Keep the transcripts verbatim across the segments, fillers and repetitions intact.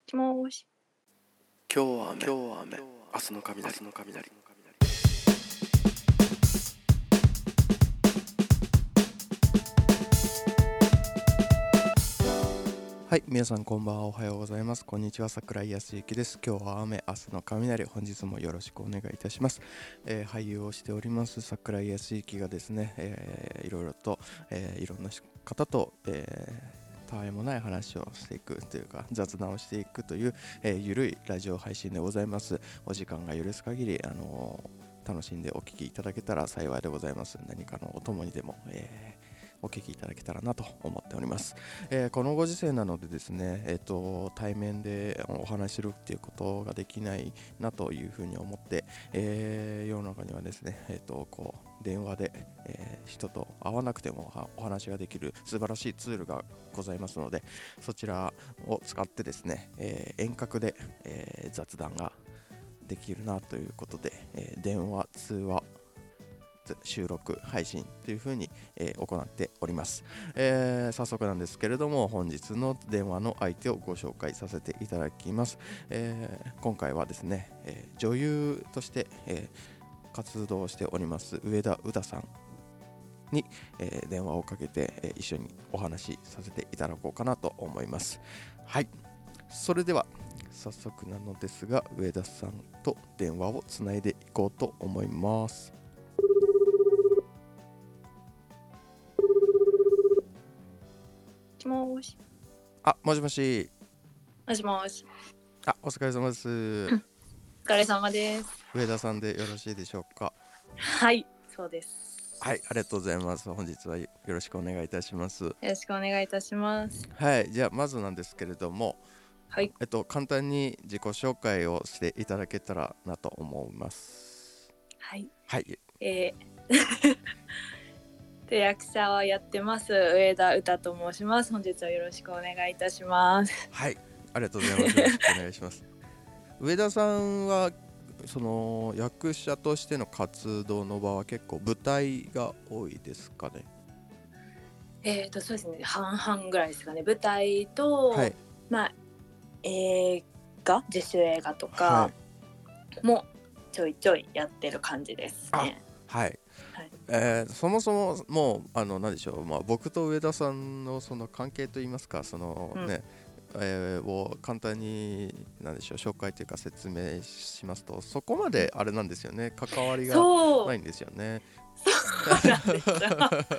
しもーし。 今日は雨、今日は雨、明日の雷、明日の雷。はい、皆さんこんばんは、おはようございます。こんにちは、桜井康之です。今日は雨、明日の雷。本日もよろしくお願いいたします。えー、俳優をしております桜井康之がですね、えー、いろいろと、えー、いろんな方と、えー、たわいもない話をしていくというか、雑談をしていくという、えー、ゆるいラジオ配信でございます。お時間が許す限り、あのー、楽しんでお聞きいただけたら幸いでございます。何かのお供にでも、えーお聞きいただけたらなと思っております。えー、このご時世なのでですね、えーと、対面でお話しするっていうことができないなというふうに思って、えー、世の中にはですね、えーと、こう電話で、えー、人と会わなくてもお話ができる素晴らしいツールがございますので、そちらを使ってですね、えー、遠隔で、えー、雑談ができるなということで、えー、電話、通話、収録配信というふうに、えー、行っております、えー、早速なんですけれども、本日の電話の相手をご紹介させていただきます、えー、今回はですね、えー、女優として、えー、活動しております上田うださんに、えー、電話をかけて、えー、一緒にお話しさせていただこうかなと思います。はい、それでは早速なのですが、上田さんと電話をつないでいこうと思います。 しもーし。 あ、もしもし。 もしもーし。 あ、お疲れ様です。 お疲れ様です。 上田さんでよろしいでしょうか。 はい、そうです。 はい、ありがとうございます。本日はよろしくお願いいたします。よろしくお願いいたします。 はい、じゃあまずなんですけれども、 はい、 えっと簡単に自己紹介をしていただけたらなと思います。 はい。 はい。 えーで役者はやってます上田うたと申します。本日はよろしくお願いいたします。 はい、ありがとうございます。よろしくお願いします。上田さんはその役者としての活動の場は結構舞台が多いですかね。 えーとそうですね、半々ぐらいですかね。舞台と、はい、まあ映画、自主映画とかもちょいちょいやってる感じですね。 はい、はい、えー、そもそももうあの何でしょう、まあ、僕と上田さんのその関係といいますか、そのね、うん、えー、を簡単に何でしょう紹介というか説明しますと、そこまであれなんですよね、関わりがないんですよね。 そうなんですよ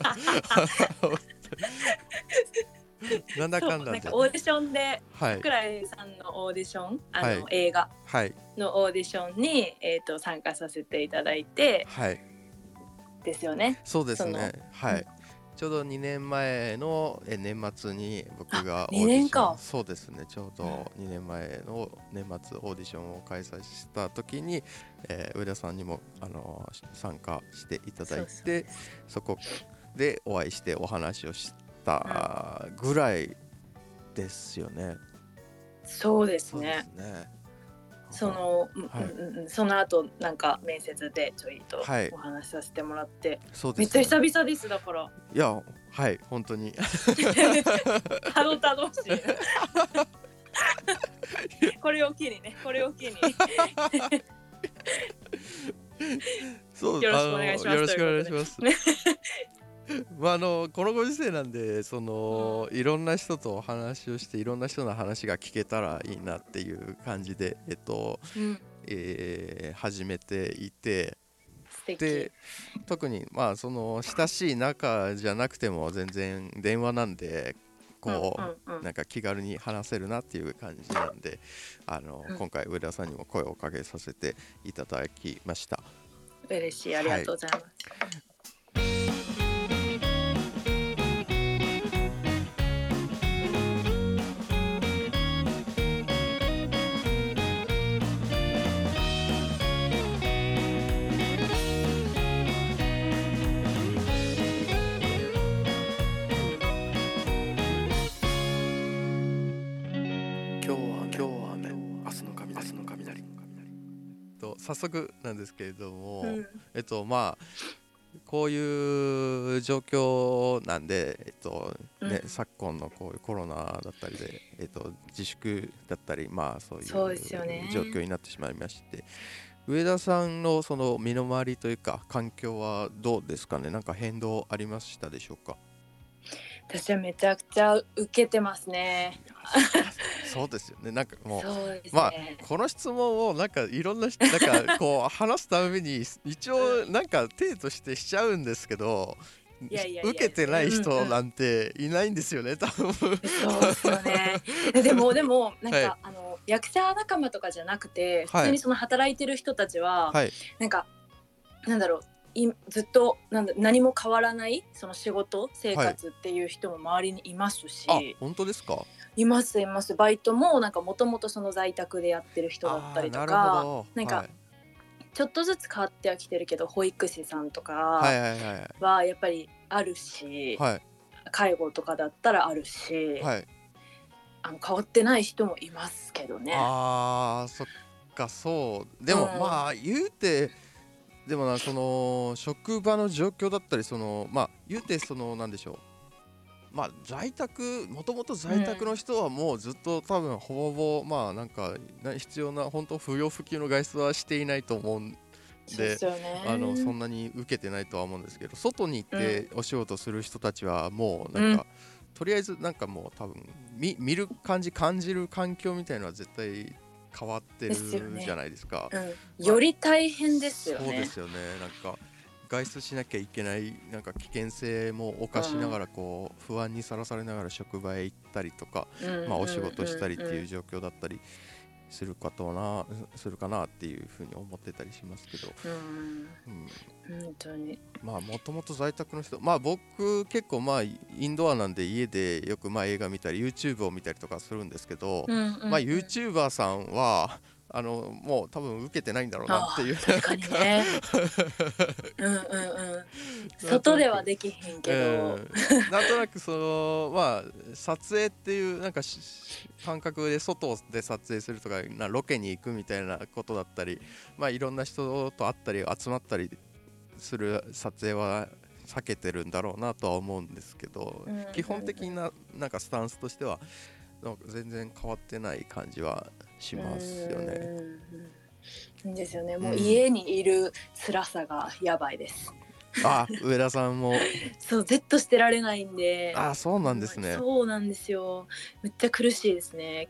なんだかんだで、 なんかオーディションで、はい、桜井さんのオーディション、あの、はい、映画のオーディションに、えーと、参加させていただいて、はい、ですよね。 そうですね、はい、うん、ちょうどにねんまえのえ年末に僕がオーディション、 にねんか、 そうですね、ちょうどにねんまえの年末オーディションを開催した時に、えー、上田さんにも、あのー、参加していただいて、 そ, そこでお会いしてお話をしたぐらいですよね。 そうですね。 そうですね。 その、はい、うんうん、その後なんか面接でちょいとお話しさせてもらって、はい、そうですね、めっちゃ久々ですだから。 いや、はい本当にたどたどしいこれを機にね、これを機にそうよろしくお願いします。 よろしくお願いしますまあ、あのこのご時世なんで、その、うん、いろんな人とお話をしていろんな人の話が聞けたらいいなっていう感じで、えっとうんえー、始めていて、で特にまあその親しい仲じゃなくても全然電話なんでこう、うんうんうん、なんか気軽に話せるなっていう感じなんで、あの、うん、今回上田さんにも声をかけさせていただきました。 嬉しい、ありがとうございます、はい。 早速なんですけれども、うん、えっとまあこういう状況なんで、えっとね、 うん、 昨今のこういうコロナだったりで、えっと、自粛だったり、まあそういうそうですよね。 状況になってしまいまして、上田さんのその身の回りというか環境はどうですかね。なんか変動ありましたでしょうか。 私はめちゃくちゃ受けてますね。 そうですよね。なんかもう、 そうですね。 まあこの質問をなんかいろんな人なんかこう話すために一応なんか体としてしちゃうんですけど、 いやいやいや受けてない人うんうんなんていないんですよね、多分。 そうですよね。でもでもなんか、 はいあの役者仲間とかじゃなくて、普はい通にその働いてる人たちは、 はいなんかなんだろう、いずっとなんだ何も変わらないその仕事生活っていう人も周りにいますし、 あ、本当ですか。 いますいます。バイトもなんかもともとその在宅でやってる人だったりとあーなるほか、 ど。 なんか、 はいちょっとずつ変わってはきてるけど保育士さんとかはいはいはいはやっぱりあるし、 はい介護とかだったらあるし、 はい。 あの変わってない人もいますけどね。 あーそっか。そうでも、 うんまあ言うてでもな、その職場の状況だったり、そのまあ言うてそのなんでしょう、まあ在宅、もともと在宅の人はもうずっと多分ほぼほぼまあなんかな必要な本当不要不急の外出はしていないと思うんで、 そうですよね。 あのそんなに受けてないとは思うんですけど、外に行ってお仕事する人たちはもうなんか、 うん、 とりあえずなんかもう多分 見, 見る感じ感じる環境みたいのは絶対変わってるですよねじゃないですか。 うん、より大変ですよね。 そうですよね。なんか外出しなきゃいけないなんか危険性も冒しながらこう不安にさらされながら職場へ行ったりとか、 うんまあお仕事したりっていううん状況だったりするかとなするかなっていうふうに思ってたりしますけど、 うんうん、 本当にまあもともと在宅の人、まあ僕結構まあインドアなんで家でよくまあ映画見たり YouTube を見たりとかするんですけど、 うんうんうん、 まあ YouTuber さんはあのもう多分受けてないんだろうなっていう。 確かにねうんうんうん外ではできへんけど、 うん、なんとなくそのまあ撮影っていうなんか感覚で外で撮影するとかなロケに行くみたいなことだったり、まあいろんな人と会ったり集まったりする撮影は避けてるんだろうなとは思うんですけど、 うんうんうん、 基本的ななんかスタンスとしてはなんか全然変わってない感じはしますよね。 うん、ですよね。もう家にいる辛さがやばいです。 あ、上田さんもそう、Z してられないんで。 あ、そうなんですね。 そうなんですよ。めっちゃ苦しいですね。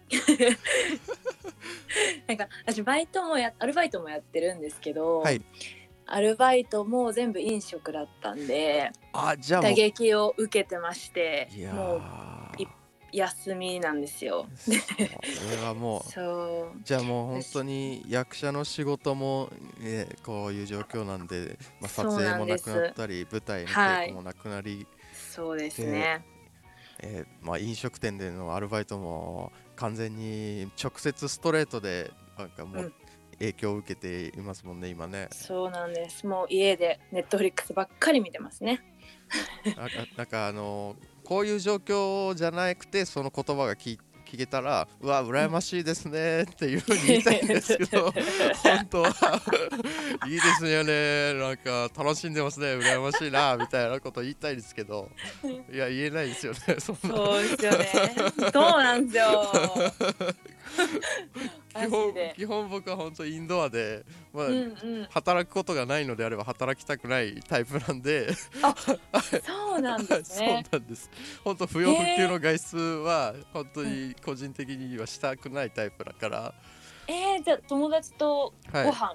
なんか私バイトもやアルバイトもやってるんですけど、はい、アルバイトも全部飲食だったんで、 あ、じゃあもう打撃を受けてまして、 いやもう休みなんですよ。 それはもうそうじゃあもう本当に役者の仕事も、ね、こういう状況なんで、まあ、撮影もなくなったり舞台の稽古もなくなり、はい、 そうですね、 えーまあ、飲食店でのアルバイトも完全に直接ストレートでなんかもう影響を受けていますもんね、今ね。 そうなんです。もう家でネットフリックスばっかり見てますね。 な, なんかあのこういう状況じゃなくてその言葉が聞聞けたらうわ羨ましいですねっていうふうに言いたいんですけど本当はいいですよね、なんか楽しんでますね、羨ましいなみたいなこと言いたいですけど、いや言えないですよね。そんなそうですよね。そうなんですよ。 基本, 基本僕は本当インドアで、まあうんうん、働くことがないのであれば働きたくないタイプなんで。 あそうなんですね。 そうなんです。本当不要不急の外出は本当に個人的にはしたくないタイプだから。 えー、じゃあ友達とご飯、はい、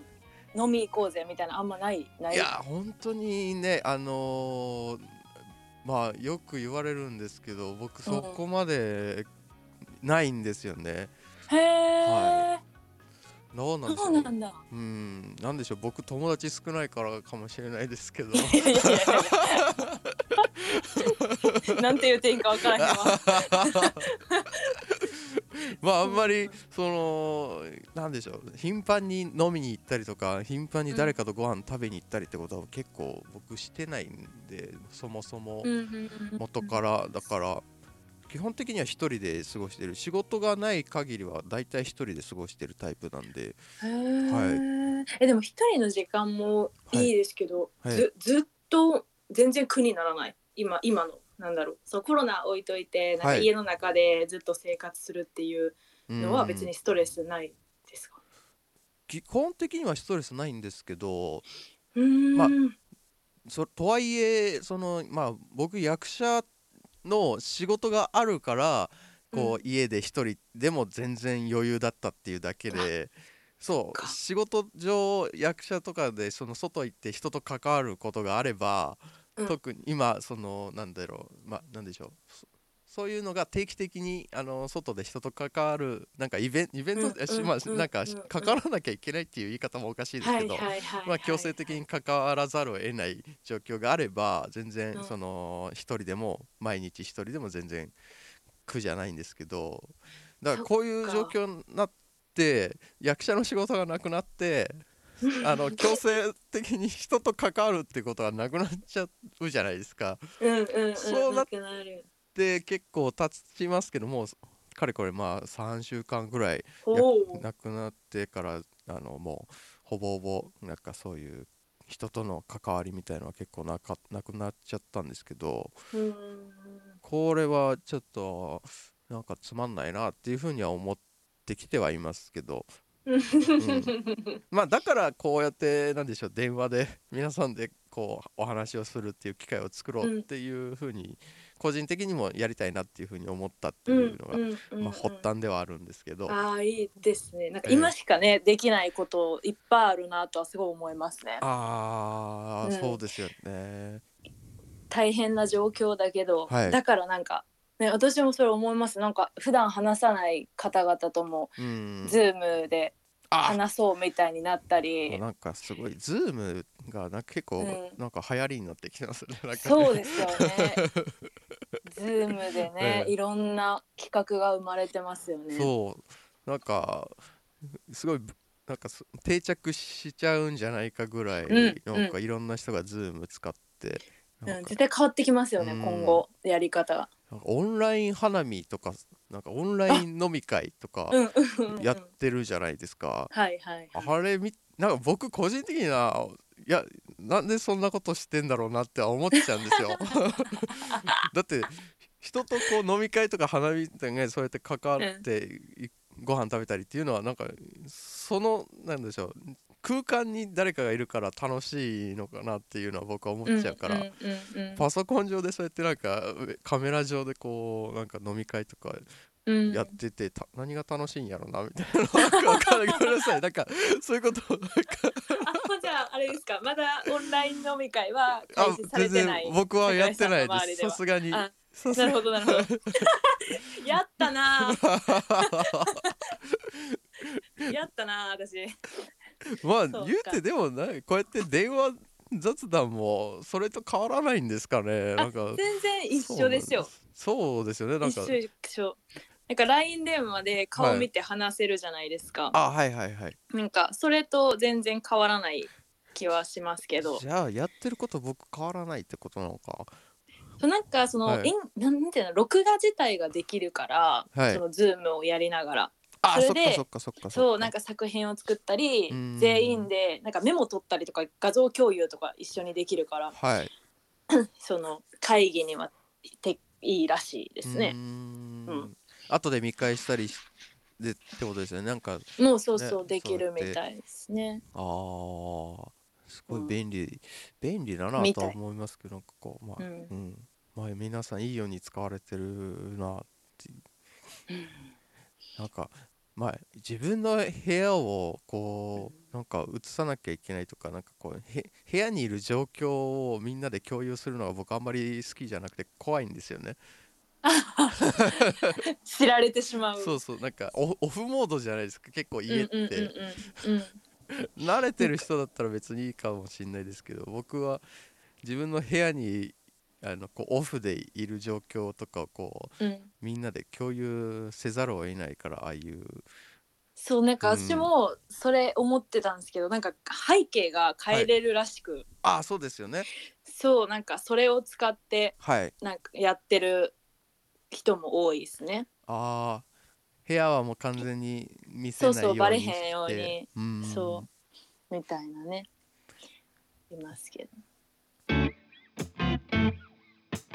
飲み行こうぜみたいなあんまないない。 いや本当にね、あのー、まあよく言われるんですけど僕そこまでないんですよね。 うん、へえ、 はい、どうなんでしょう。 そうなんだ。 うん、なんでしょう、僕友達少ないからかもしれないですけど。 なんて言うていいか分からへんわ。 まああんまりそのなんでしょう、頻繁に飲みに行ったりとか頻繁に誰かとご飯食べに行ったりってことは結構僕してないんで、そもそも元からだから基本的には一人で過ごしてる、仕事がない限りはだいたい一人で過ごしてるタイプなんで。 へー、はい、えでも一人の時間もいいですけど、はいはい、ず, ずっと全然苦にならない。今今のなんだろう、そうコロナ置いといてなんか家の中でずっと生活するっていうのは別にストレスないですか？ 基本的にはストレスないんですけど、 うーん、 まあそとはいえそのまあ僕役者の仕事があるからこう、うん、家で一人でも全然余裕だったっていうだけで、そう仕事上役者とかでその外行って人と関わることがあれば、うん、特に今そのなんだろうまあなんでしょうそういうのが定期的にあの外で人と関わるなんかイベントイベントでまあなんか関わらなきゃいけないっていう言い方もおかしいですけど、まあ強制的に関わらざるを得ない状況があれば全然その一人でも毎日一人でも全然苦じゃないんですけど、だからこういう状況になって役者の仕事がなくなってあの強制的に人と関わるってことがなくなっちゃうじゃないですか。 うんうんうん、 そうなって結構経ちますけどもかれこれまあさんしゅうかんぐらいなくなってからあのもうほぼほぼなんかそういう人との関わりみたいのは結構なかなくなっちゃったんですけど、うん、これはちょっとなんかつまんないなっていうふうには思ってきてはいますけど、うん、まあだからこうやってなんでしょう電話で皆さんでこうお話をするっていう機会を作ろうっていうふうに個人的にもやりたいなっていうふうに思ったっていうのが、まあ、発端ではあるんですけど、 ああいいですね。なんか今しかね、えー、できないこといっぱいあるなとはすごい思いますね。 ああ、うん、そうですよね。 大変な状況だけど、はい、だからなんかね、私もそれ思います。なんか普段話さない方々とも、うん、ズームで話そうみたいになったり、 なんかすごいズームがなんか結構なんか流行りになってきてますね。 うん、なんかねそうですよね。ズームでね、いろんな企画が生まれてますよね。 そうなんかすごいなんか定着しちゃうんじゃないかぐらい、うん、なんかいろんな人がズーム使って、 うん、絶対変わってきますよね、うん、今後やり方が。 なんかオンライン花見とかなんかオンライン飲み会とかやってるじゃないですか。 はいはい、 あれみなんか僕個人的にはいやなんでそんなことしてんだろうなって思っちゃうんですよ。だって人とこう飲み会とか花見でねそうやって関わって、うん、ご飯食べたりっていうのはなんかそのなんでしょう空間に誰かがいるから楽しいのかなっていうのは僕は思っちゃうから、パソコン上でそうやってなんかカメラ上でこうなんか飲み会とかやってて、うん、何が楽しいんやろなみたいな分かるごめんなさいなんかそういうことなんかあじゃああれですかまだオンライン飲み会は開始されてない？ 僕はやってないですさすがに。 なるほどなるほどやったなやったな私。 まあ言うてでもなこうやって電話雑談もそれと変わらないんですかね。なんか全然一緒ですよ。 そうですよね。なんか一緒一緒。なんか ライン 電話で顔見て話せるじゃないですか。はい、 あはいはいはい。 なんかそれと全然変わらない気はしますけど。 じゃあやってること僕変わらないってことなのか。 なんかその、はい、なんていうの録画自体ができるから、はい、その Zoom をやりながら。 あそれでそっかそっかそっかそうなんか作品を作ったり全員でなんかメモ取ったりとか画像共有とか一緒にできるから、はい、その会議にはていいらしいですね。うん、 うん、後で見返したりでってことですよね。なんかもうそうそう、ね、できるみたいですね。 ああすごい便利、うん、便利だなとは思いますけどなんかこうまあ、うんうん、まあ皆さんいいように使われてるなっていう、うん、なんかまあ自分の部屋をこうなんか映さなきゃいけないとかなんかこう部屋にいる状況をみんなで共有するのが僕あんまり好きじゃなくて怖いんですよね。 知られてしまう。 そうそうなんか オ, オフモードじゃないですか結構家って、うんうんうんうん、慣れてる人だったら別にいいかもしれないですけど僕は自分の部屋にあのこうオフでいる状況とかをこう、うん、みんなで共有せざるを得ないからああいうそうなんか私もそれ思ってたんですけど、うん、なんか背景が変えれるらしく、はい、 ああそうですよね。 そうなんかそれを使ってなんかやってる人も多いですね。 ああ部屋はもう完全に見せないようにして、そうそうバレへんように、うんそうみたいなねいますけど。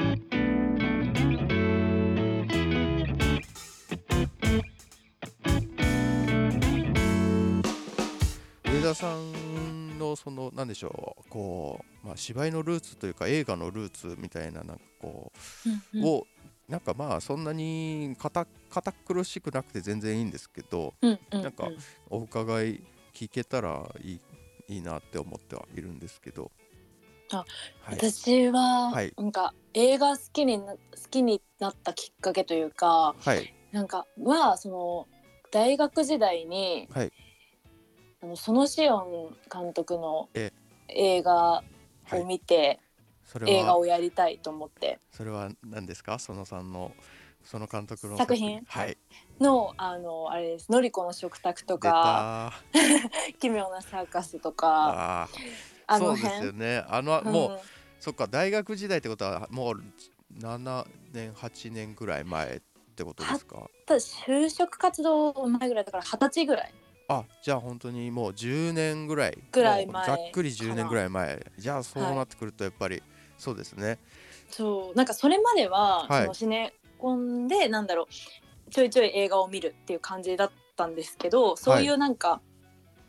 上田さんのその何でしょう、こう、まあ、芝居のルーツというか映画のルーツみたいななんかこう、うんうん、をなんかまあそんなに堅苦しくなくて全然いいんですけど、 うんうんうん、 なんかお伺い聞けたらいい、いいなって思ってはいるんですけど。 あ、はい、私はなんか映画好きにな、好きになったきっかけというか、はい、なんかはその大学時代に、はい、あの園子温監督の映画を見て、はい、それは映画をやりたいと思って。 それは何ですか、園さんのその監督の作品、はい、のあのあれです、のりこの食卓とか奇妙なサーカスとか、 ああのそうですよね、あの、うん、もうそっか、大学時代ってことはもうななねんはちねんぐらい前ってことですか。 就職活動前ぐらいだからはたちぐらい。 あ、じゃあ本当にもうじゅうねんぐらいぐらい前、 ざっくりじゅうねんぐらい前。じゃあそうなってくるとやっぱり、はい、そうですね。 そう、なんかそれまでは、はい、そのシネコンでなんだろう、ちょいちょい映画を見るっていう感じだったんですけど、そういうなんか、はい、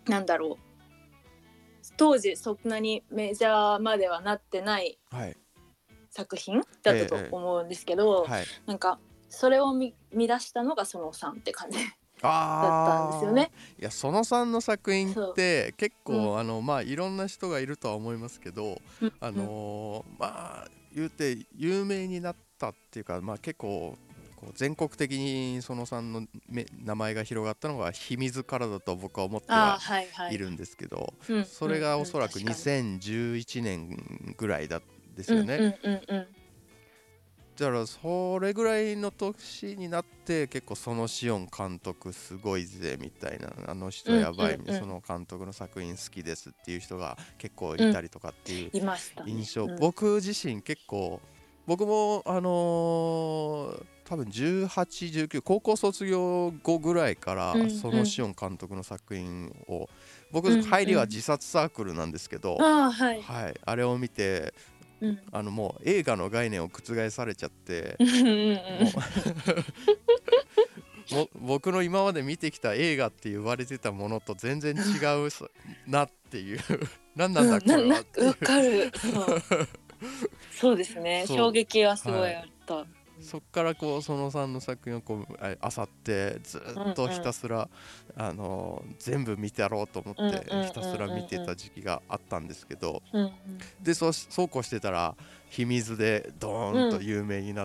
なんだろう、当時そんなにメジャーまではなってない作品だったと思うんですけど、はい、なんかそれを 見, 見出したのが園さんって感じだったんですよね。 いや、園さんの作品って結構、うん、あのまあいろんな人がいるとは思いますけど、うん、あのー、まあ言うて有名になったっていうか、まあ結構こう全国的に園さんの名前が広がったのが秘密からだと僕は思ってはいるんですけど、はいはい、それがおそらくにせんじゅういちねんぐらいだですよね。うんうんうんうん、だからそれぐらいの年になって結構園子温監督すごいぜみたいな、あの人やばい、うんうんうん、その監督の作品好きですっていう人が結構いたりとかっていう印象、うんねうん、僕自身結構僕もあのー、多分じゅうはち、じゅうきゅう高校卒業後ぐらいから園子温監督の作品を、僕入りは自殺サークルなんですけど、 あ、はいはい、あれを見て、うん、あのもう映画の概念を覆されちゃってもう僕の今まで見てきた映画って言われてたものと全然違うなっていう何なんだこれはっていう、 わかるそうそうですね、衝撃はすごいあった、はい、 そっからこう園さんの作品をこうあさってずっとひたすら、うんうん、あの全部見てやろうと思ってひたすら見てた時期があったんですけど、うんうん、で そ, そうこうしてたら秘密でドーンと有名になって、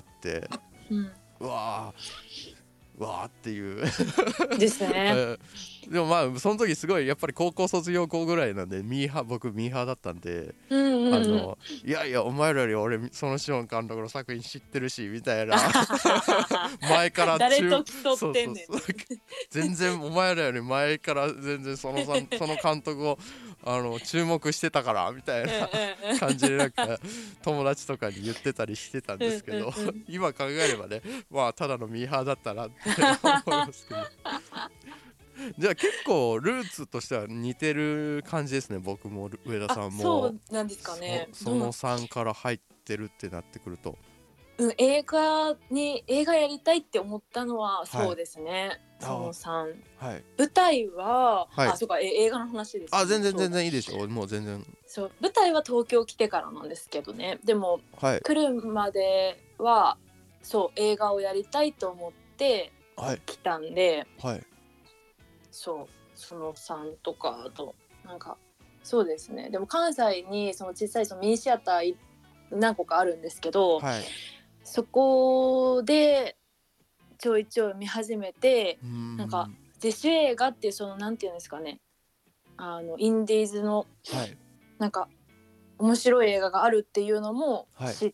うん、うわーうわーっていうですねでもまあその時すごいやっぱり高校卒業後ぐらいなんでミーハー僕ミーハーだったんで、うんうんうん、あのいやいやお前らより俺園子温監督の作品知ってるしみたいな前から誰と競ってんねんそうそうそう全然お前らより前から全然そのさんその監督をあの注目してたからみたいな感じでなんか友達とかに言ってたりしてたんですけど今考えればね、まあただのミーハーだったなって思いますけどじゃあ結構ルーツとしては似てる感じですね。僕も上田さんもそうなんですかね。 そのさんから入ってるってなってくると、 うん、映画に映画やりたいって思ったのはそうですね、はい、そのさん、はい、舞台は、はい、あそうか映画の話です、ね、 あ全然全然いいでしょう。もう全然そう舞台は東京来てからなんですけどね。でも、はい、来るまではそう映画をやりたいと思って来たんで、はいはい、そうそのさんとかあとなんかそうですね。でも関西にその小さいそのミニシアター何個かあるんですけど、はい、そこでちょいちょい見始めて、んなんか自主映画っていうそのなんていうんですかね、あのインディーズの、はい、なんか面白い映画があるっていうのも知って、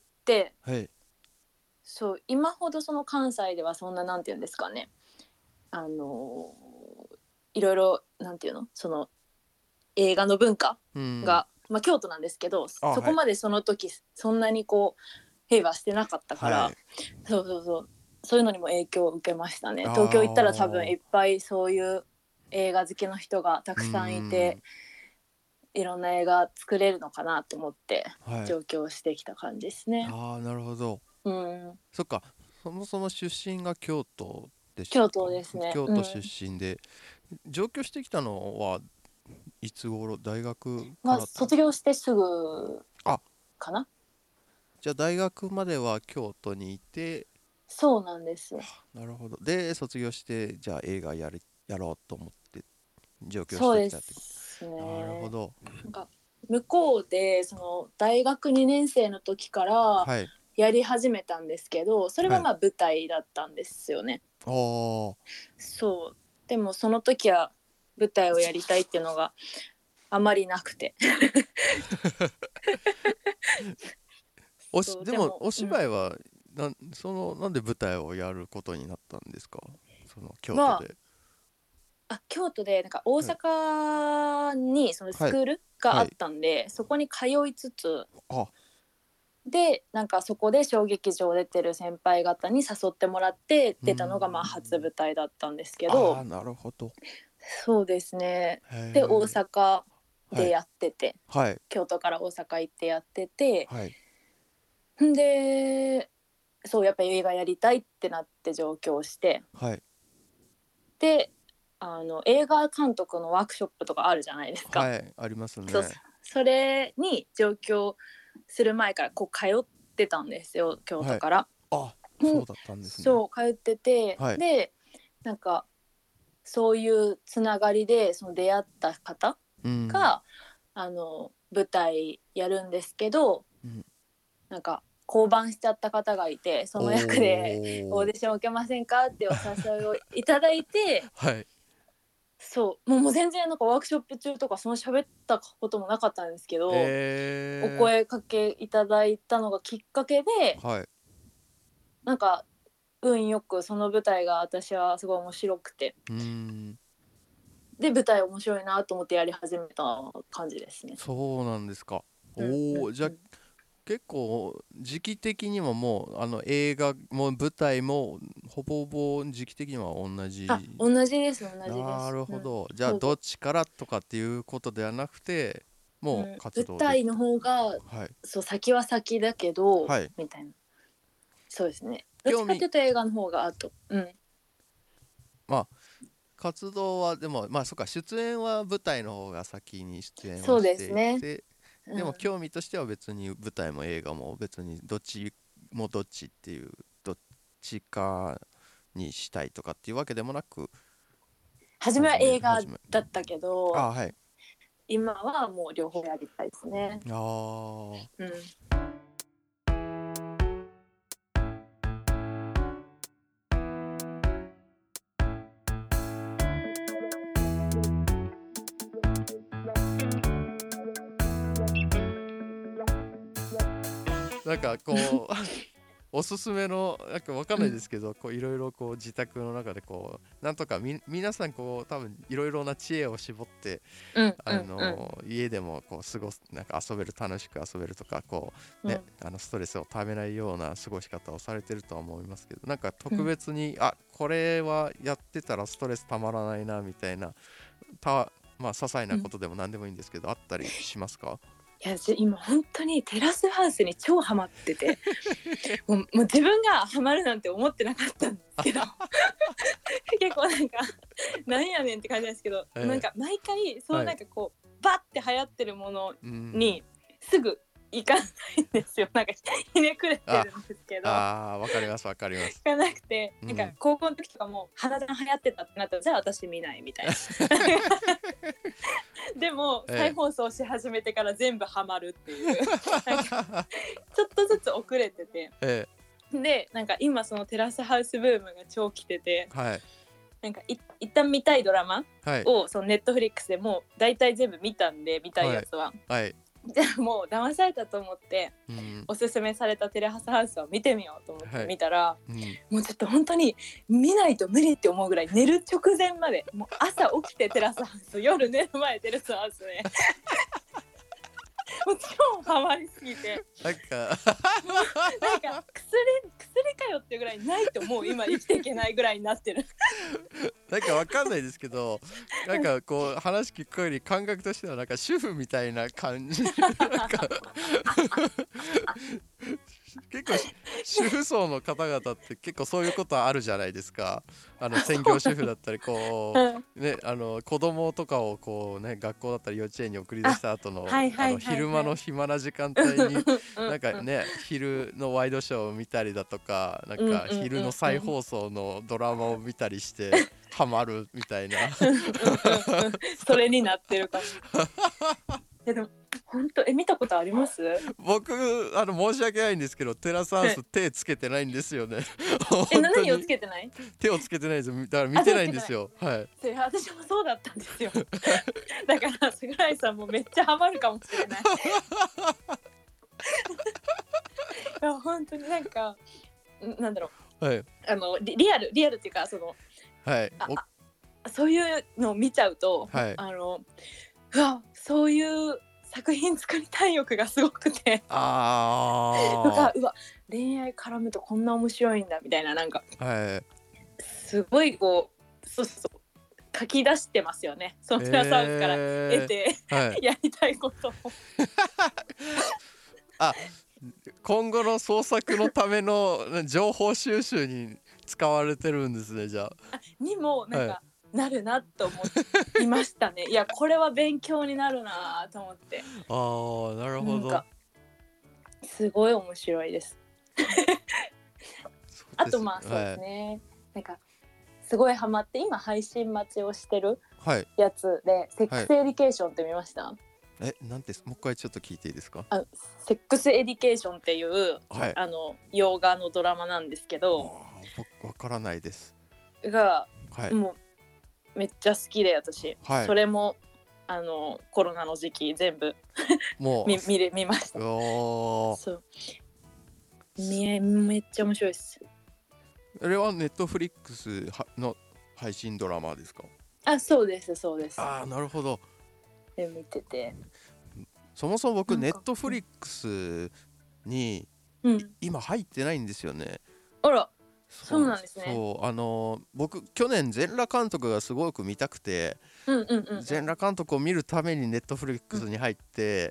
はいはい、そう今ほどその関西ではそんななんていうんですかね、あのいろいろなんていうのその映画の文化が、まあ、京都なんですけどそこまでその時、はい、そんなにこう平和してなかったから、はい、そうそうそうそういうのにも影響を受けましたね。東京行ったら多分いっぱいそういう映画好きの人がたくさんいて、 いろんな映画作れるのかなと思ってはい、 上京してきた感じですね。 ああなるほど。 うん、 そっか、そもそも出身が京都でした京か？ 都ですね。 京都出うん。 身で、上京してきたのはいつ頃、大学かまあら？ 卒業してすぐあ、 かな。 じゃあ大学までは京都にいて、 そうなんです。 なるほど。で、卒業して、じゃあ映画やり、やろうと思って上京しそうでてきたってこすと。なるほね。 ど。 なんか向こうでその大学にねん生の時からはい。 やり始めたんですけど、それはい。 はまあ舞台だったんですよね。 ああ。 そう。でもその時は舞台をやりたいっていうのがあまりなくて。 おし、 そうでもおでも、うん、 芝居はなん、その、なんで舞台をやることになったんですか？その京都はで。 あ京都でなんか大はい。 阪にそのスはい。 クールがあっはい。 たんで、そこに通いつつあ、 でなんかそこで小劇場出てる先輩方に誘ってもらってうー出たのがまあ初ん。 舞台だったんですけど、 ああ、なるほど。 そうですね。 へで大え。 阪はい。 でやってて、 はい。 京都から大阪行ってやってて、 はい。 んでそうやっぱり映画やりたいってなって上京して、 はい。 であの映画監督のワークショップとかあるじゃないですか。 はい。ありますそうね。 それに上京する前からこう通ってたんですよ、京はい。 都から。 あ、 うん、 そうだったんですね。 そう通ってて、 はい。 でなんかそういうつながりでその出会った方うん。 があの舞台やるんですけど、 うん。 なんか降板しちゃった方がいて、そおの役でオーお。 ディション受けませんかってお誘いをいただいて、 はい。 そうもうもう全然なんかワークショップ中とかその喋ったこともなかったんですけど、おえ声かけいただいたのがきっかけで、 ー、はい。 なんか運よくその舞台が私はすごい面白くて、 うーん。 で舞台面白いなと思ってやり始めた感じですね。 そうなんですか。 うんうおお、じゃあんうん。 結構時期的にももうあの映画も舞台もほぼほぼ時期的には同あ、 じ。 同じです同じでなす。うん。 るほど。じゃあそう。 どっちからとかっていうことではなくて、もううん、舞活動できた。 台の方がはい。 そう先は先だけどはい。 みたいな。そうですね。どっち興味、 かっていうと映画の方があと。うん。 まあ活動はでもまあそっか、出演は舞台の方が先に出演そうはしていですね。 て、 うん。 でも興味としては別に舞台も映画も別にどっちもどっちっていう、どっちかにしたいとかっていうわけでもなく初めは始め映画始めだったけど、 ああ、はい。 今はもう両方やりたいですね。 ああ、 うん。 なんかこうおすすめのなんかわかんないですけど、こういろいろこう自宅の中でこうなんとかみ皆さんこう多分いろいろな知恵を絞って、 うんうあんうんの家でもこう過ごす、なんか遊べる、楽しく遊べるとか、こうね、 うんあのストレスをためないような過ごし方をされてるとは思いますけど、なんか特うん。 別に、あ、これはやってたらストレスたまらないなみたいな、たまあ些細うん。 なことでも何でもいいんですけど、あったりしますか？ いや今本当にテラスハウスに超ハマってて、もうもう自分がハマるなんて思ってなかったんですけど結構なんかなんやねんって感じなんですけど、 えなんか毎回そえ、はい。 のなんかこうバッて流行ってるものうん。 にすぐ行かないんですよ。なんかひねくれてあ、 るんですけど、行あー、わかりますわかります。 かなくて、なんかうん。 高校の時とかも花壇流行ってたってなったらじゃあ私見ないみたいなでもええ。 再放送し始めてから全部ハマるっていうなんかちょっとずつ遅れてて、 えでなんか今そのテラスハウスブームが超来てて、 え、はいなんかい一旦見たいドラマはいをそのネットフリックスでもう大体全部見たんで、見たいはいやつははい。 じゃあもう騙されたと思ってうん。 おすすめされたテレハスハウスを見てみようと思ってはい。 見たら、 うん。 もうちょっと本当に見ないと無理って思うぐらい寝る直前まで、もう朝起きてテラスハウス、夜寝る前テラスハウスねもう超ハマりすぎて、 なんかもうなんか薬薬かよっていうぐらいないともう今生きていけないぐらいになってるなんかわかんないですけど、なんかこう話聞く限り感覚としてはなんか主婦みたいな感じなんか結構主婦層の方々って結構そういうことあるじゃないですか。あの専業主婦だったりこうね、あの子供とかをこうね学校だったり幼稚園に送り出した後のあの昼間の暇な時間帯になんかね昼のワイドショーを見たりだとか、なんか昼の再放送のドラマを見たりしてハマるみたいなそれになってるかも。えでも本当え見たことあります？ 僕あの申し訳ないんですけどテラスハウス手つけてないんですよね。 え何をつけてない？ 手をつけてないです。だから見てないんですよ。はい。 それ私もそうだったんですよ。だから櫻井さんもめっちゃハマるかもしれない。いや本当になんかなんだろう、はい、 あの リ, リアルリアルっていうかその、 はい、 あそういうのを見ちゃうと、 はい、 あのうわそういう作品作りたい欲がすごくて、 あとかうわ恋愛絡むとこんな面白いんだみたいな、なんか、 はい、 すごいこうそうそう書き出してますよね、そのテラスハウスから得て、えーはい、やりたいことをあ今後の創作のための情報収集に使われてるんですね。じゃあにもなんか、はい、なるなと思いましたね。いやこれは勉強になるなと思って。 あーなるほど。なんかすごい面白いです。あとまあそうですね、はい、なんかすごいハマって今配信待ちをしてるやつで、はい、セックスエディケーションって見ました？はい、 えなんてもう一回ちょっと聞いていいですか？ あセックスエディケーションっていう、はい、あの洋画のドラマなんですけど、 わからないですが、はい、もうめっちゃ好きで私、はい、それもあのコロナの時期全部もう 見, 見, れ見ました。そうめ, めっちゃ面白いです。 あれはネットフリックスの配信ドラマですか？ あ、そうですそうです。 ああなるほど。 で見てて、 そもそも僕ネットフリックスに、うん、今入ってないんですよね。 あらそうなんですね。 そうあのー、僕去年全裸監督がすごく見たくて、うんうんうんうん、全裸監督を見るためにネットフリックスに入って、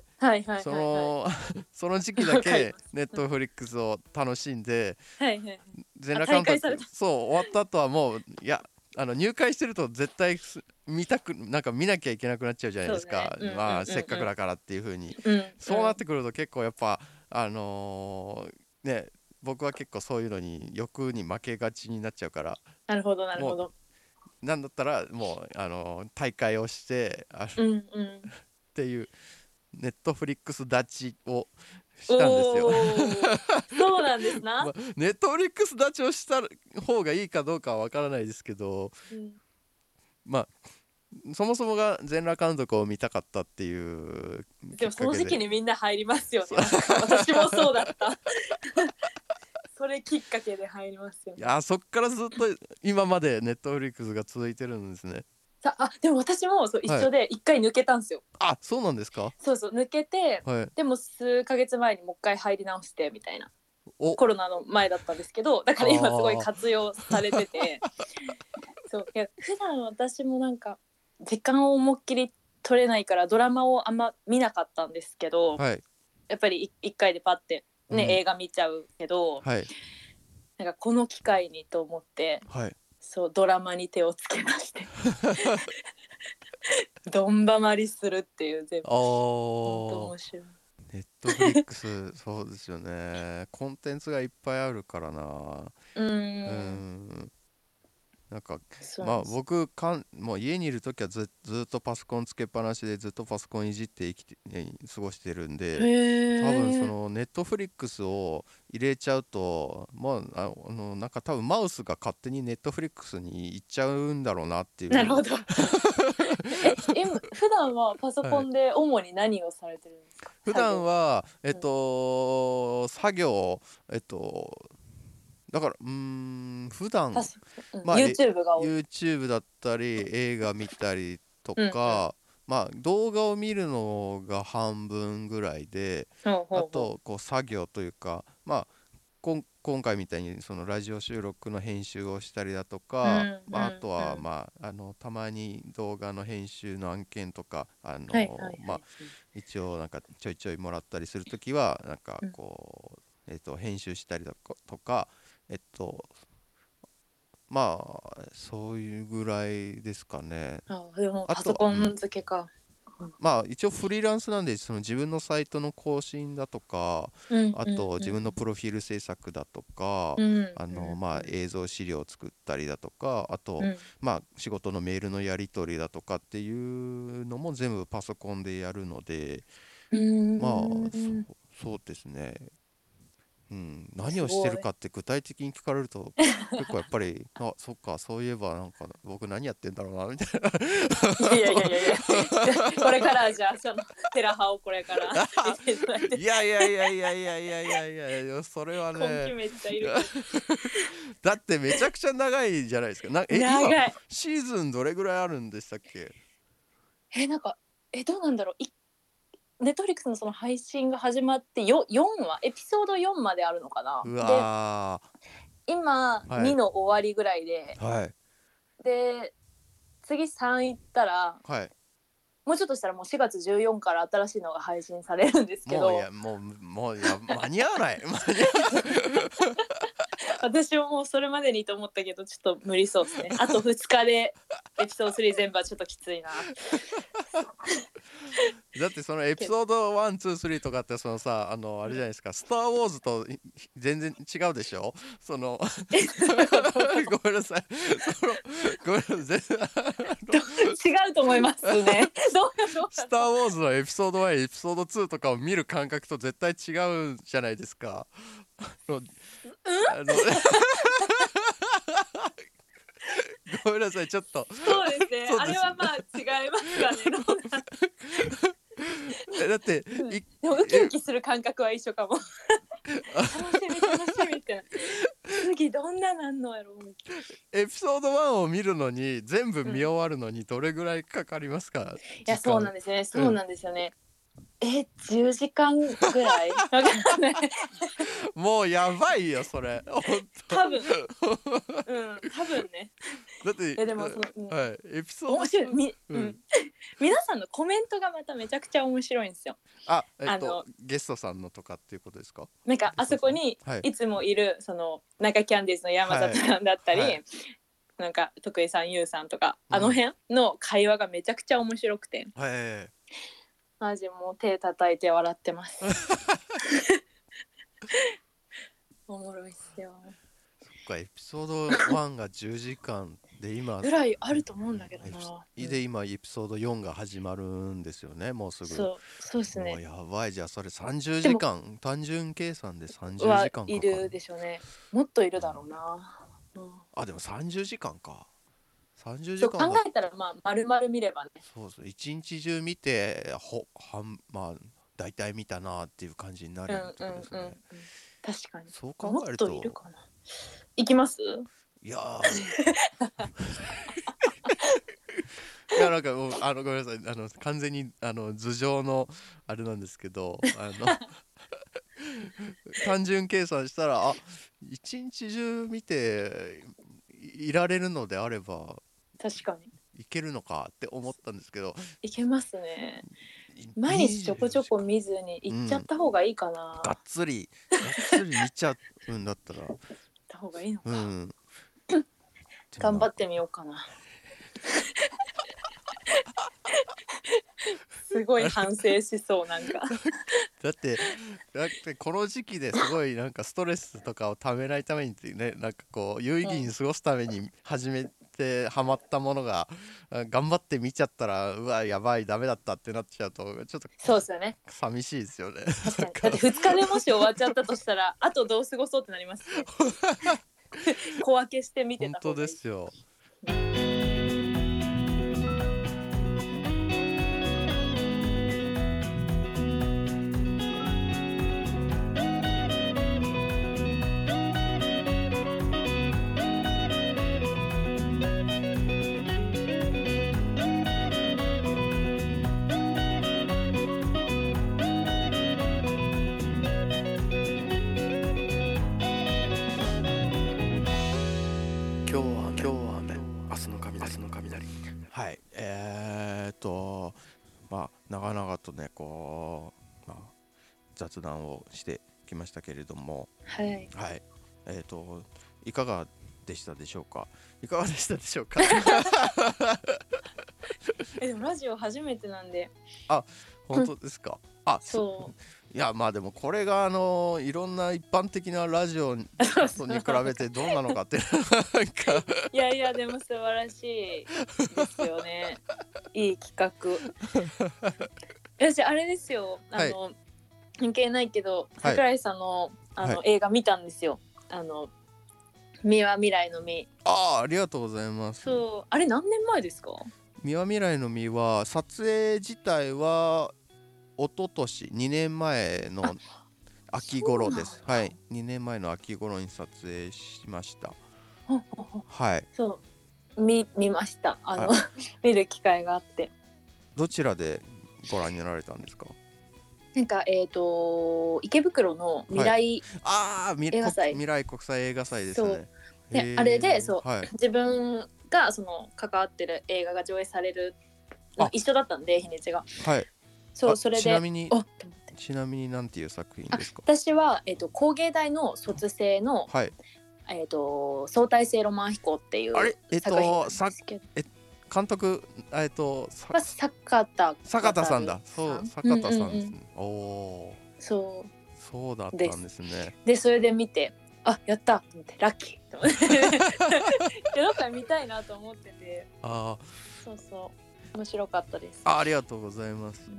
うん、はいはいはいはい、そのその時期だけネットフリックスを楽しんで、はいはい、全裸監督そう終わった後はもういやあの入会してると絶対見たくなんか見なきゃいけなくなっちゃうじゃないですか、ね、まあ、うんうんうんうん、せっかくだからっていう風に、うんうん、そうなってくると結構やっぱあのー、ね僕は結構そういうのに欲に負けがちになっちゃうから、 なるほどなるほど、 なんだったらもうあのー、大会をしてあ、うんうん、っていうネットフリックス立ちをしたんですよ。 そうなんですな、まあ、 ネットフリックス立ちをした方がいいかどうかは分からないですけど、うん、まあそもそもが全裸監督を見たかったっていうでもその時期にみんな入りますよね。私もそうだったそれきっかけで入りますよね。 いやそっからずっと今までネットフリックスが続いてるんですね。 さあでも私もそう一緒で一回抜けたんですよ、 はい、あそうなんですか。 そうそう抜けて、はい、でも数ヶ月前にもう一回入り直してみたいな、コロナの前だったんですけど、だから今すごい活用されててそういや普段私もなんか時間を思いっきり取れないからドラマをあんま見なかったんですけど、はい、やっぱり一回でパッてね、うん、映画見ちゃうけど、はい、なんかこの機会にと思って、はい、そうドラマに手をつけましてどんばまりするっていう全部本当面白い。 ネットフリックスそうですよねコンテンツがいっぱいあるからな。うんうんなんかまあ僕かんもう家にいるときは ず, ずっとパソコンつけっぱなしでずっとパソコンいじって生きて、ね、過ごしてるんで、多分そのネットフリックスを入れちゃうとまああのなんか多分マウスが勝手にネットフリックスに行っちゃうんだろうなっていう。 なるほどえ今普段はパソコンで主に何をされてるんですか？はい、 普段はえっと、うん、作業えっとだからうーん普段、うんまあ、YouTube が多い YouTube だったり映画見たりとか、うんうん、まあ動画を見るのが半分ぐらいで、うんうん、あとこう作業というかまあこん今回みたいにそのラジオ収録の編集をしたりだとか、 うんまあ、あとは、 うんまあ、あのたまに動画の編集の案件とかあの、 はいはいはいまあ、一応なんかちょいちょいもらったりするときはなんかうんこう、えっと、編集したりだとかえっとまあそういうぐらいですかね。 あでもあパソコンとはうん付けか。 まあ一応フリーランスなんでその自分のサイトの更新だとかうんあと自分のプロフィール制作だとかうんあのうんまあ映像資料を作ったりだとかあとうんまあ仕事のメールのやり取りだとかっていうのも全部パソコンでやるのでうんまあうそんそうですね。うん、何をしてすごい。 るかって具体的に聞かれると結構やっぱりあそっかそういえばなんか僕何やってんだろうなみたいな。 いやいやいやいやこれからじゃあそのテラハをこれから見ていただいていやいやいやいやいやいやいやいやいやそれは根気ねめっちゃいるだってめちゃくちゃ長いじゃないですか。なえ今長い。 シーズンどれぐらいあるんでしたっけ？ えなんかえどうなんだろう。いネットフリックスのその配信が始まってよよんわエピソードよんまであるのかな。 うわで今はいにの終わりぐらいで、 ーはいで次さん行ったらはいもうちょっとしたらもうしがつじゅうよっかから新しいのが配信されるんですけもういどやもうもういや間に合わない間に合わない私はもうそれまでにと思ったけどちょっと無理そうですね。あとふつかでエピソードスリー全部はちょっときついな。 だってそのエピソードワン、ツー、スリーとかってそのさあのあれじゃないですか、スター・ウォーズとい全然違うでしょそのごめんなさいそのごめんなさい全然違うと思いますね。どうどうスター・ウォーズのエピソードワンエピソードツーとかを見る感覚と絶対違うじゃないですか。あのあのごめんなさいちょっとそうですね。 そうですあれはまあ違いますかね。どうなんえだっていでもウキウキする感覚は一緒かも。楽しみ楽しみって次どんななんのやろう。 エピソードワンを見るのに全部見終わるのにどれぐらいかかりますか？ いやそうなんですね。そうなんですよね。えじゅうじかんぐらいわかんない。 もうやばいよそれ本当多分うん多分ね。 だってえでもその、うんはいエピソード面白いみ、 うんうん皆さんのコメントがまためちゃくちゃ面白いんですよ。 あえっあのとゲストさんのとかっていうことですか？ なんかあそこにはいいつもいるそのなんかキャンディーズの山里さんだったり、 はいはいなんか徳井さん、ゆうさんとか、 うんあの辺の会話がめちゃくちゃ面白くて、 はいマジもう手叩いて笑ってます。おもろいっすよ。 そっかエピソードワンがじゅうじかんで今ぐらいあると思うんだけどエピな。 で今エピソードよんが始まるんですよねもうすぐ。 そうそうですもうね。 やばいじゃあそれさんじゅうじかん単純計算でさんじゅうはじかんかかいるでしょうね。もっといるだろうな。うんあでもさんじゅうじかんかさんじゅうそう考じかんだえたらまあ丸々見ればね。 そうそう一日中見てほはんまあ大体見たなっていう感じになるうんってことですね、 うんうんうん。確かに。 そう考もっえるとといるかな。行きます？ いやーいやなんかもうあのごめんなさいあの完全にあの頭上のあれなんですけどあの単純計算したらあ一日中見ていられるのであれば確かに。 いけるのかって思ったんですけどいけますね。毎日ちょこちょこ見ずに行っちゃった方がいいかな。 がっつりがっつり見ちゃうんだったら行った方がいいのか。 うん頑張ってみようかな。すごい反省しそうなんか。 だってだってこの時期ですごいなんかストレスとかをためないためにっていうねなんかこう有意義に過ごすために始めてハマったものが頑張って見ちゃったらうわやばいダメだったってなっちゃうとちょっとそうですよね。 寂しいですよね。 確かに。だってふつかでもし終わっちゃったとしたらあとどう過ごそうってなりますね。小分けして見て本た方がいい。 当ですよ。 今日は雨、今日は雨、明日の雷、明日の雷。はい、えーっとまあ長々とねこう、まあ、雑談をしてきましたけれども、 はい、 はい、えーっといかがでしたでしょうか。いかがでしたでしょうか。 えでもラジオ初めてなんで。 あ、本当ですか。あ、 そういやまあでもこれがあのいろんな一般的なラジオに比べてどうなのかってなんかいやいやでも素晴らしいですよね。いい企画。私あれですよ、あの、はい、関係ないけど桜井さんの、あの、はい、映画見たんですよ。あの三輪未来の実。 ああ、ありがとうございます。 そう、あれ何年前ですか。 三輪未来の実は撮影自体は一昨年にねんまえの秋頃です。はい、にねんまえの秋頃に撮影しました。はい。 そう、見見ました。あの見る機会があって。 どちらでご覧になられたんですか。 なんかえっ、ー、と池袋の未来、はい、 あ映画祭、未来国際映画祭ですね。 であれでそう、はい、自分がその関わってる映画が上映される一緒だったんで日にちが。 はい。 そうそれでちなみにちなみに何ていう作品ですか。 私は、えーと、工芸大の卒生の、はい、えーと、相対性ロマン飛行っていう作品なんですけど、 えっと、監督えっと坂田坂田さんだ。そう坂田さんですね。うんうんうん、おそうそうだったんですね。 でそれで見てあやったと思ってラッキーと思ってどっか見たいなと思ってて。あそうそう面白かったです。 あ, ありがとうございます。うん、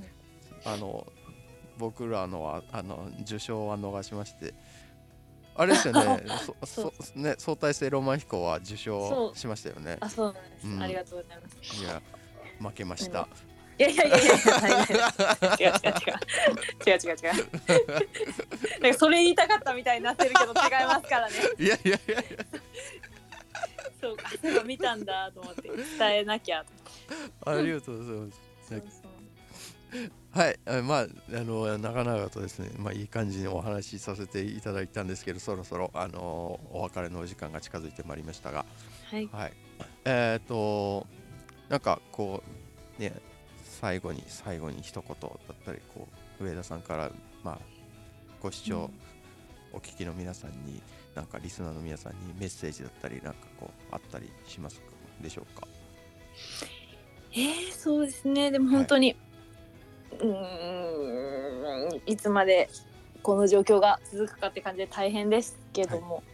あの僕らのあの受賞は逃しましてあれですよねそそね相対性ロマン飛行は受賞しましたよね。 あそうなんです、うん、ありがとうございます。 いや負けました。 いやいやいやいや違う違う違う違う違う違うなんかそれ言いたかったみたいになってるけど違いますからね。 いやいやいやいやそうかそう見たんだと思って伝えなきゃと。 ありがとうございます。そうそうはい、まああの長々とですね、まあ、いい感じにお話しさせていただいたんですけど、そろそろあのお別れのお時間が近づいてまいりましたが、 はい、はい、 えっ、ー、となんかこうね最後に最後に一言だったりこう上田さんからまあご視聴、うん、お聞きの皆さんになんかリスナーの皆さんにメッセージだったりなんかこうあったりしますでしょうか。 えー、そうですね。でも本当に、はい、うーんいつまでこの状況が続くかって感じで大変ですけども、はい、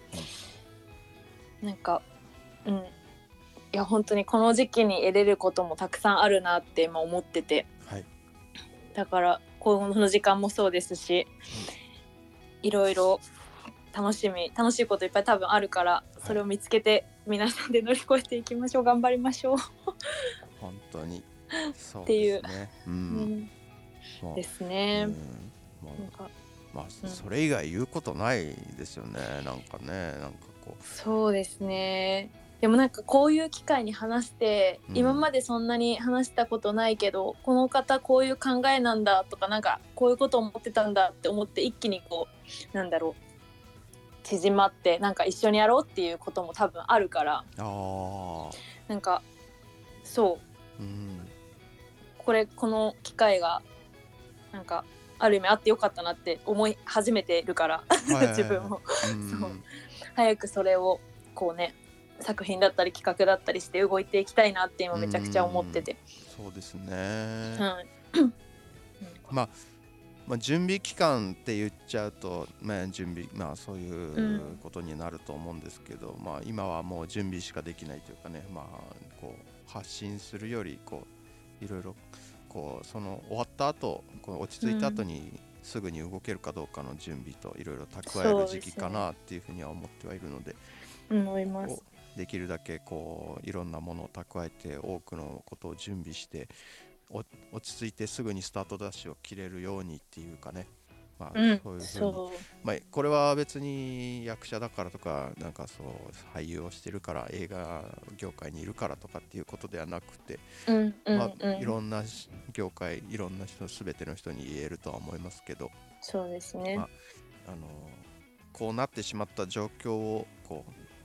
なんかうんいや本当にこの時期に得れることもたくさんあるなって今思ってて、はい、だからこの時間もそうですし、うん、いろいろ楽しみ楽しいこといっぱい多分あるからそれを見つけて皆さんで乗り越えていきましょう。頑張りましょう本当にそうっていうですね。うんうん、ですね。 うん、なんかまあ、うん、それ以外言うことないですよね。なんかねなんかこうそうですね。でもなんかこういう機会に話して、うん、今までそんなに話したことないけどこの方こういう考えなんだとかなんかこういうこと思ってたんだって思って一気にこうなんだろう縮まってなんか一緒にやろうっていうことも多分あるからあなんかそう、うん、これこの機会がなんかある意味あってよかったなって思い始めてるから自分もそう早くそれをこうね作品だったり企画だったりして動いていきたいなって今めちゃくちゃ思ってて。 うそうですね、はいまあまあ、準備期間って言っちゃうと、まあ準備まあ、そういうことになると思うんですけど、うんまあ、今はもう準備しかできないというかね、まあ、こう発信するよりこういろいろこうその終わった後こう落ち着いた後にすぐに動けるかどうかの準備といろいろ蓄える時期かなっていうふうには思ってはいるので、 思います。 できるだけこういろんなものを蓄えて多くのことを準備して落ち着いてすぐにスタートダッシュを切れるようにっていうかね、まあ、そういうふうに、そうまあ、これは別に役者だからとかなんかそう俳優をしてるから映画業界にいるからとかっていうことではなくて、うんうんうんまあ、いろんな業界いろんな人全ての人に言えるとは思いますけど、 そうですね、まあ、 あのこうなってしまった状況をこう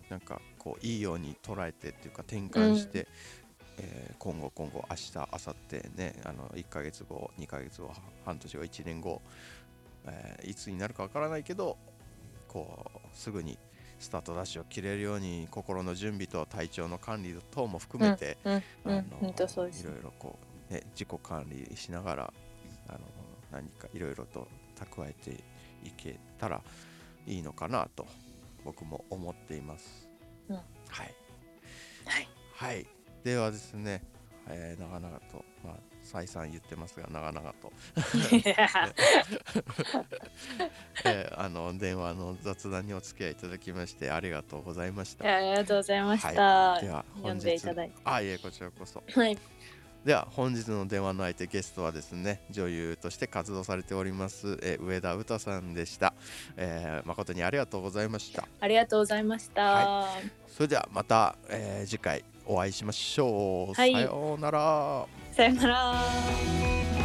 なんかこういいように捉えてっていうか転換して、うん、えー、今後今後明日明後日ね、あのいっかげつごにかげつご半年後いちねんご、えー、いつになるかわからないけどこうすぐにスタートダッシュを切れるように心の準備と体調の管理等も含めて、 うんうん、 あの本当そうです。 いろいろこう、ね、自己管理しながらあの何かいろいろと蓄えていけたらいいのかなと僕も思っています、 うん、 はい、 はい、 はい、ではですね、えー、長々と、まあ、再三言ってますが長々と、えー、あの電話の雑談にお付き合いいただきましてありがとうございました。 ありがとうございました、 はい、では読んでいただいて、 あいえこちらこそ、 はい、 では本日の電話の相手ゲストはですね、女優として活動されております、えー、上田詩さんでした、えー、誠にありがとうございました。 ありがとうございました、 はい、それではまた、えー、次回お会いしましょう、 はい、 さようなら。 さようなら。